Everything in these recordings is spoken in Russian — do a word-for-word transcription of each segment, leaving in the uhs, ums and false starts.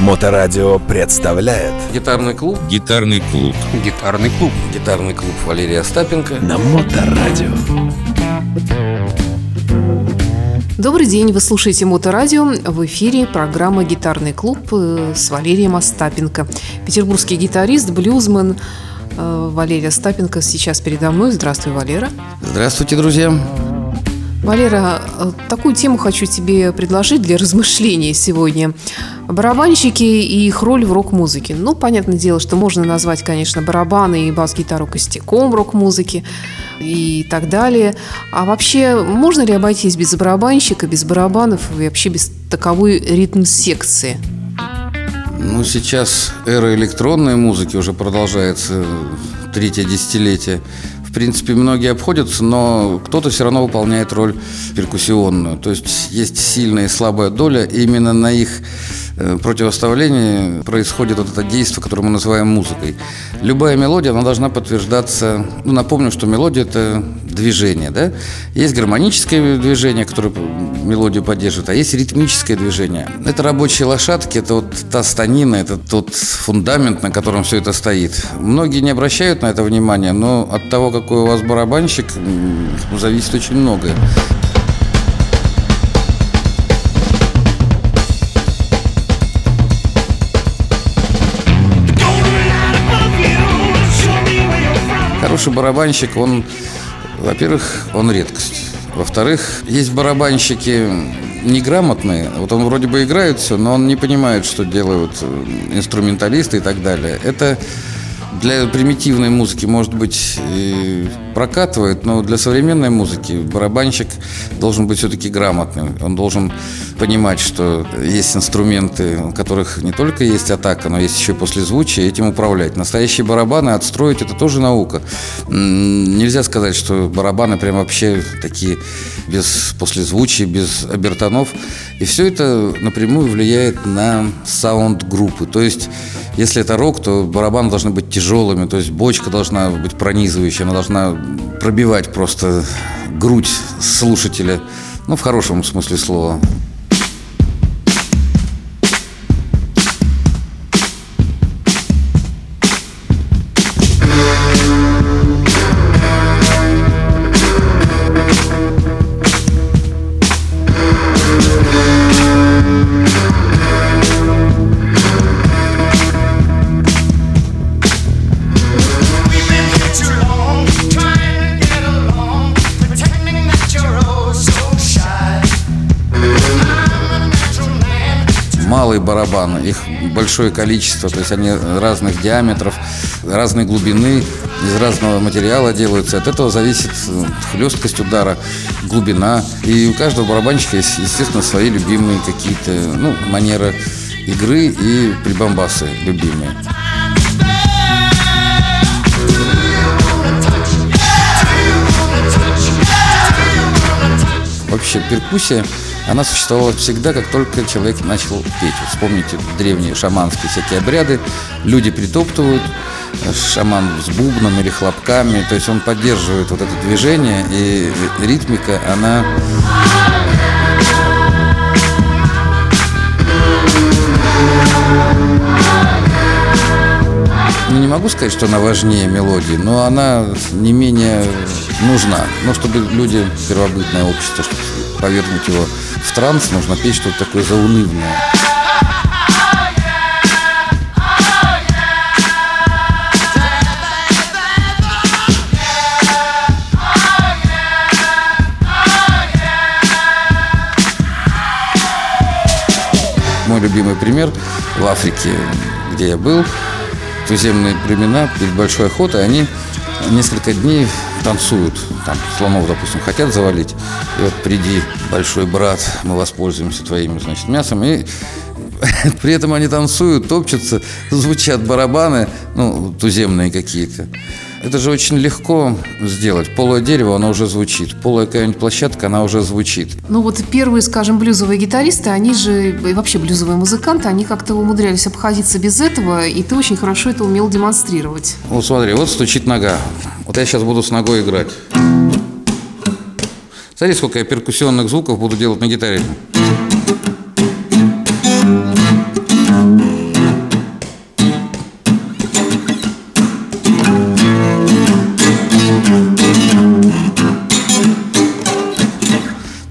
Моторадио представляет Гитарный клуб. Гитарный клуб. Гитарный клуб. Гитарный клуб Валерия Остапенко на Моторадио. Добрый день, вы слушаете Моторадио. В эфире программа «Гитарный клуб» с Валерием Остапенко. Петербургский гитарист, блюзмен Валерий Остапенко сейчас передо мной. Здравствуй, Валера. Здравствуйте, друзья. Валера, такую тему хочу тебе предложить для размышления сегодня. Барабанщики и их роль в рок-музыке. Ну, понятное дело, что можно назвать, конечно, барабаны и бас-гитару костяком рок-музыки и так далее. А вообще, можно ли обойтись без барабанщика, без барабанов и вообще без таковой ритм-секции? Ну, сейчас эра электронной музыки уже продолжается третье десятилетие. В принципе, многие обходятся, но кто-то все равно выполняет роль перкуссионную. То есть есть сильная и слабая доля, и именно на их противоставлении происходит вот это действие, которое мы называем музыкой. Любая мелодия, она должна подтверждаться. Ну, напомню, что мелодия – это движение, да? Есть гармоническое движение, которое мелодию поддерживает, а есть ритмическое движение. Это рабочие лошадки, это вот та станина, это тот фундамент, на котором все это стоит. Многие не обращают на это внимания, но от того, какой у вас барабанщик, зависит очень многое. Хороший барабанщик, он, во-первых, он редкость. Во-вторых, есть барабанщики неграмотные. Вот он вроде бы играет все, но он не понимает, что делают инструменталисты и так далее. Это для примитивной музыки, может быть, и прокатывает, но для современной музыки барабанщик должен быть все-таки грамотным. Он должен понимать, что есть инструменты, у которых не только есть атака, но есть еще послезвучие, этим управлять. Настоящие барабаны отстроить – это тоже наука. Нельзя сказать, что барабаны прям вообще такие без послезвучий, без обертонов. И все это напрямую влияет на саунд группы. То есть, если это рок, то барабаны должны быть тяжелыми, то есть бочка должна быть пронизывающей, она должна пробивать просто грудь слушателя, ну, в хорошем смысле слова. Малые барабаны, их большое количество, то есть они разных диаметров, разной глубины, из разного материала делаются. От этого зависит хлесткость удара, глубина. И у каждого барабанщика есть, естественно, свои любимые какие-то, ну, манеры игры и прибамбасы любимые. Вообще перкуссия, она существовала всегда, как только человек начал петь. Вспомните древние шаманские всякие обряды. Люди притоптывают, шаман с бубном или хлопками. То есть он поддерживает вот это движение, и ритмика, она... Ну, не могу сказать, что она важнее мелодии, но она не менее нужна. Ну, чтобы люди, первобытное общество, чтобы повергнуть его в транс, нужно петь что-то такое заунывное. Мой любимый пример в Африке, где я был, туземные племена перед большой охотой, они несколько дней танцуют. Там слонов, допустим, хотят завалить. И вот приди, большой брат, мы воспользуемся твоим, значит, мясом. И при этом они танцуют, топчутся, звучат барабаны, ну, туземные какие-то. Это же очень легко сделать. Полое дерево, оно уже звучит. Полая какая-нибудь площадка, она уже звучит. Ну вот первые, скажем, блюзовые гитаристы, они же, и вообще блюзовые музыканты, они как-то умудрялись обходиться без этого, и ты очень хорошо это умел демонстрировать. Вот смотри, вот стучит нога. Вот я сейчас буду с ногой играть. Смотри, сколько я перкуссионных звуков буду делать на гитаре.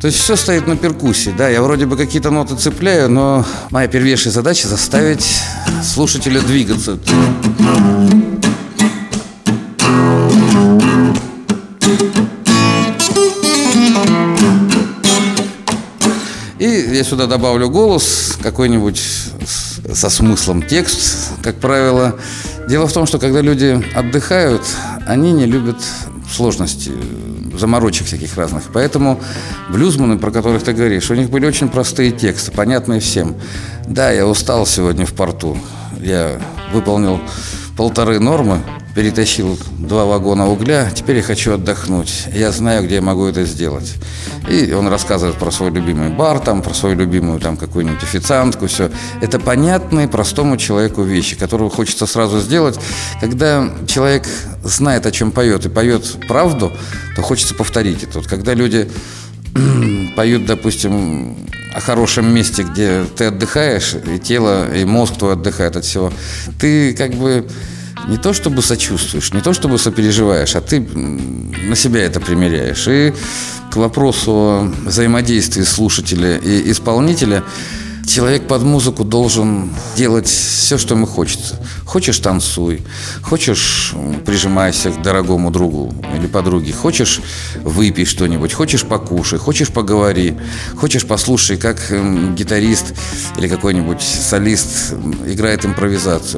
То есть все стоит на перкуссии, да, я вроде бы какие-то ноты цепляю, но моя первейшая задача заставить слушателя двигаться. И я сюда добавлю голос, какой-нибудь со смыслом текст, как правило. Дело в том, что когда люди отдыхают, они не любят сложностей, заморочек всяких разных. Поэтому блюзманы, про которых ты говоришь, у них были очень простые тексты, понятные всем. Да, я устал сегодня в порту. Я выполнил полторы нормы, перетащил два вагона угля, теперь я хочу отдохнуть. Я знаю, где я могу это сделать. И он рассказывает про свой любимый бар, там, про свою любимую там, какую-нибудь официантку, все. Это понятные простому человеку вещи, которые хочется сразу сделать. Когда человек знает, о чем поет, и поет правду, то хочется повторить это. Вот когда люди поют, допустим, о хорошем месте, где ты отдыхаешь, и тело, и мозг твой отдыхает от всего, ты как бы не то чтобы сочувствуешь, не то чтобы сопереживаешь, а ты на себя это примеряешь. И к вопросу о взаимодействии слушателя и исполнителя, человек под музыку должен делать все, что ему хочется. Хочешь — танцуй, хочешь — прижимайся к дорогому другу или подруге, хочешь — выпей что-нибудь, хочешь — покушай, хочешь — поговори, хочешь — послушай, как гитарист или какой-нибудь солист играет импровизацию.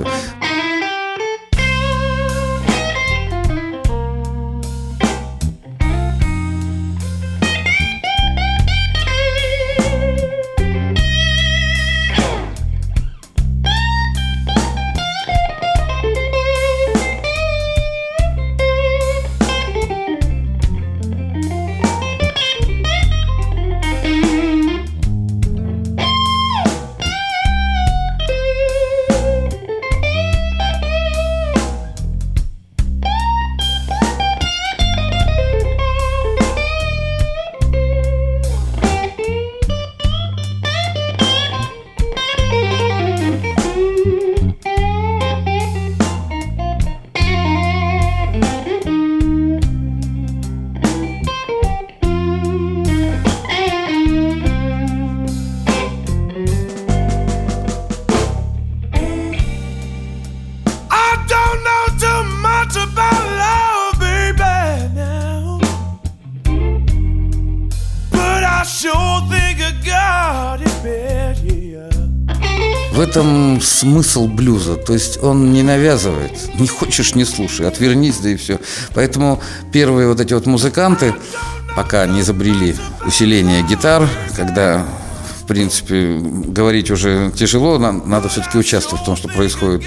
В этом смысл блюза. То есть он не навязывает. Не хочешь — не слушай, отвернись, да и все. Поэтому первые вот эти вот музыканты, пока не изобрели усиление гитар, когда, в принципе, говорить уже тяжело, надо все-таки участвовать в том, что происходит.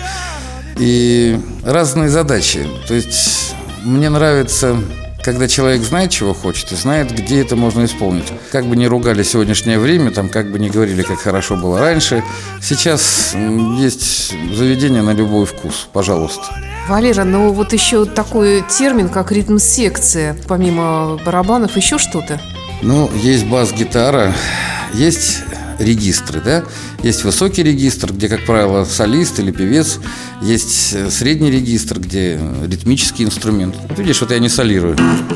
И разные задачи. То есть мне нравится, когда человек знает, чего хочет, и знает, где это можно исполнить. Как бы ни ругали сегодняшнее время, там, как бы ни говорили, как хорошо было раньше, сейчас есть заведение на любой вкус. Пожалуйста. Валера, ну вот еще такой термин, как ритм-секция. Помимо барабанов еще что-то? Ну, есть бас-гитара, есть регистры, да? Есть высокий регистр, где, как правило, солист или певец. Есть средний регистр, где ритмический инструмент. Вот видишь, вот я не солирую.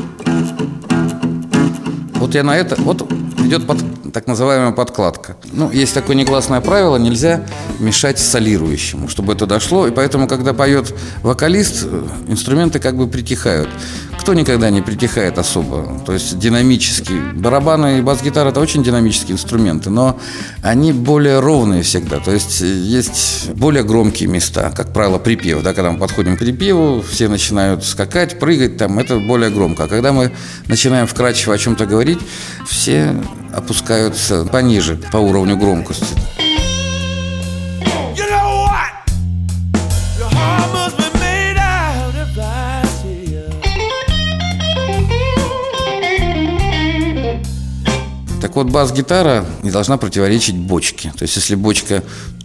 Вот я на это... Вот идет под, так называемая подкладка. Ну, есть такое негласное правило: нельзя мешать солирующему, чтобы это дошло. И поэтому, когда поет вокалист, инструменты как бы притихают. Кто никогда не притихает особо? То есть динамически. Барабаны и бас-гитара — это очень динамические инструменты, но они более ровные всегда. То есть есть более громкие места, как правило, припев. Да, когда мы подходим к припеву, все начинают скакать, прыгать, там, это более громко. А когда мы начинаем вкрадчиво о чем-то говорить, все опускаются пониже по уровню громкости. Так вот, бас-гитара не должна противоречить бочке. То есть, если бочка...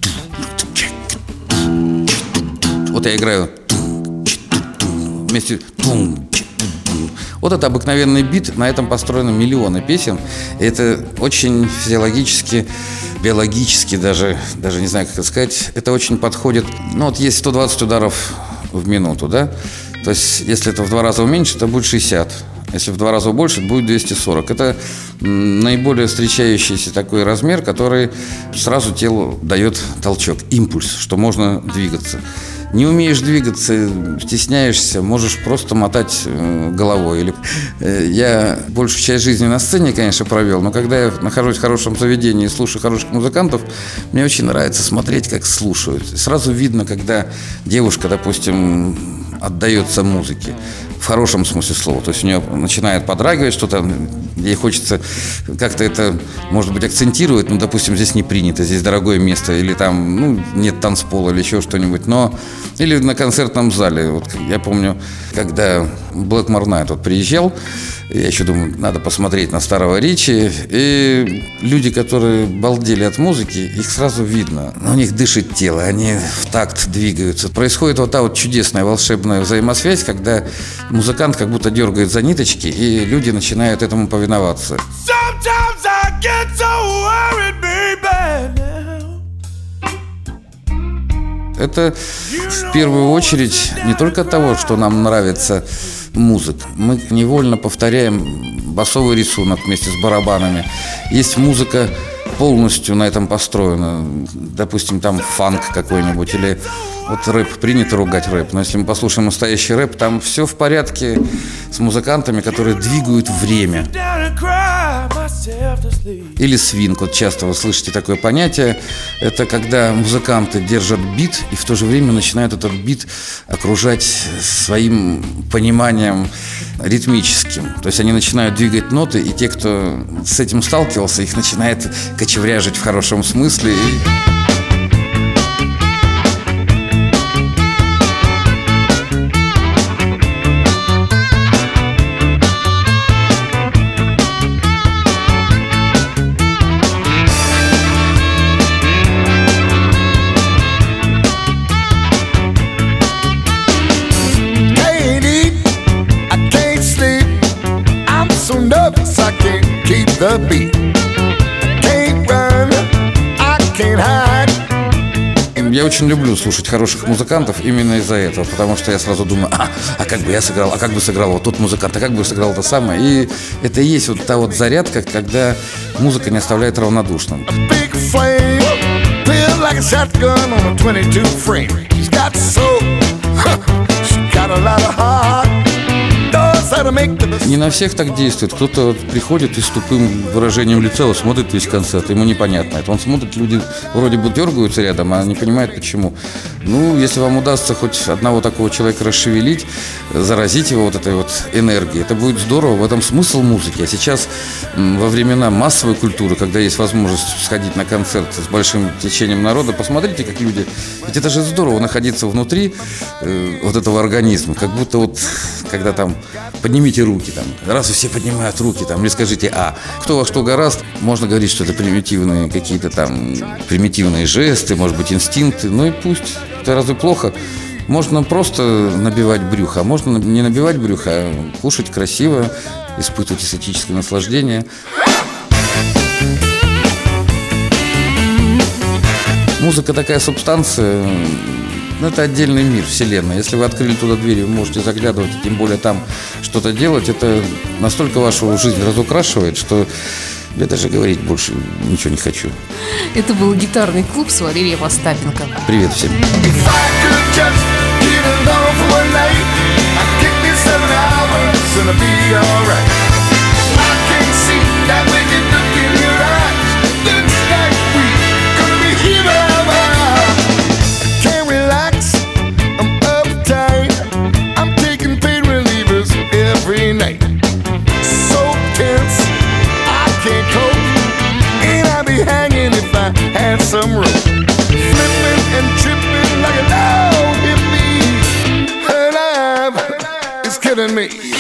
Вот я играю... Вместе... Вот это обыкновенный бит, на этом построены миллионы песен. И это очень физиологически, биологически даже, даже не знаю, как это сказать, это очень подходит. Ну вот есть сто двадцать ударов в минуту, да? То есть если это в два раза уменьшить, то будет шестьдесят. Если в два раза больше, будет двести сорок. Это наиболее встречающийся такой размер, который сразу телу дает толчок, импульс, что можно двигаться. Не умеешь двигаться, стесняешься, можешь просто мотать головой. Или... Я большую часть жизни на сцене, конечно, провел, но когда я нахожусь в хорошем заведении и слушаю хороших музыкантов, мне очень нравится смотреть, как слушают. Сразу видно, когда девушка, допустим, отдается музыке. В хорошем смысле слова. То есть у нее начинает подрагивать что-то, ей хочется как-то это, может быть, акцентировать, ну, допустим, здесь не принято, здесь дорогое место, или там, ну, нет танцпола, или еще что-нибудь, но... Или на концертном зале. Вот я помню, когда Blackmore Night вот приезжал, я еще думаю, надо посмотреть на старого Ричи, и люди, которые балдели от музыки, их сразу видно. У них дышит тело, они в такт двигаются. Происходит вот та вот чудесная волшебная взаимосвязь, когда музыкант как будто дергает за ниточки, и люди начинают этому повиноваться. Это в первую очередь не только от того, что нам нравится музыка. Мы невольно повторяем басовый рисунок вместе с барабанами. Есть музыка полностью на этом построена. Допустим, там фанк какой-нибудь или вот рэп. Принято ругать рэп, но если мы послушаем настоящий рэп, там все в порядке с музыкантами, которые двигают время. Или свинг. Вот часто вы слышите такое понятие. Это когда музыканты держат бит и в то же время начинают этот бит окружать своим пониманием ритмическим. То есть они начинают двигать ноты, и те, кто с этим сталкивался, их начинает кочевряжить в хорошем смысле. The beat. Can't run, I can't hide. Я очень люблю слушать хороших музыкантов именно из-за этого, потому что я сразу думаю, а, а как бы я сыграл, а как бы сыграл вот тот музыкант, а как бы сыграл то самое. И это и есть вот та вот зарядка, когда музыка не оставляет равнодушным. Не на всех так действует. Кто-то вот приходит и с тупым выражением лица вот смотрит весь концерт, ему непонятно это. Он смотрит, люди вроде бы дергаются рядом, а не понимают почему. Ну, если вам удастся хоть одного такого человека расшевелить, заразить его вот этой вот энергией, это будет здорово. В этом смысл музыки. А сейчас, во времена массовой культуры, когда есть возможность сходить на концерт с большим течением народа, посмотрите, как люди... Ведь это же здорово находиться внутри э, вот этого организма, как будто вот, когда там поднимите руки, там, раз и все поднимают руки, там, или скажите «а». Кто во что гораст, можно говорить, что это примитивные какие-то там, примитивные жесты, может быть, инстинкты, ну и пусть. Это разве плохо? Можно просто набивать брюхо, а можно не набивать брюхо, а кушать красиво, испытывать эстетическое наслаждение. Музыка такая субстанция, ну, это отдельный мир, вселенная. Если вы открыли туда двери, вы можете заглядывать, и тем более там что-то делать. Это настолько вашу жизнь разукрашивает, что я даже говорить больше ничего не хочу. Это был гитарный клуб с Валерием Остапенко. Привет всем. Some room, flipping and tripping like a loud hit me. Her life is killing me.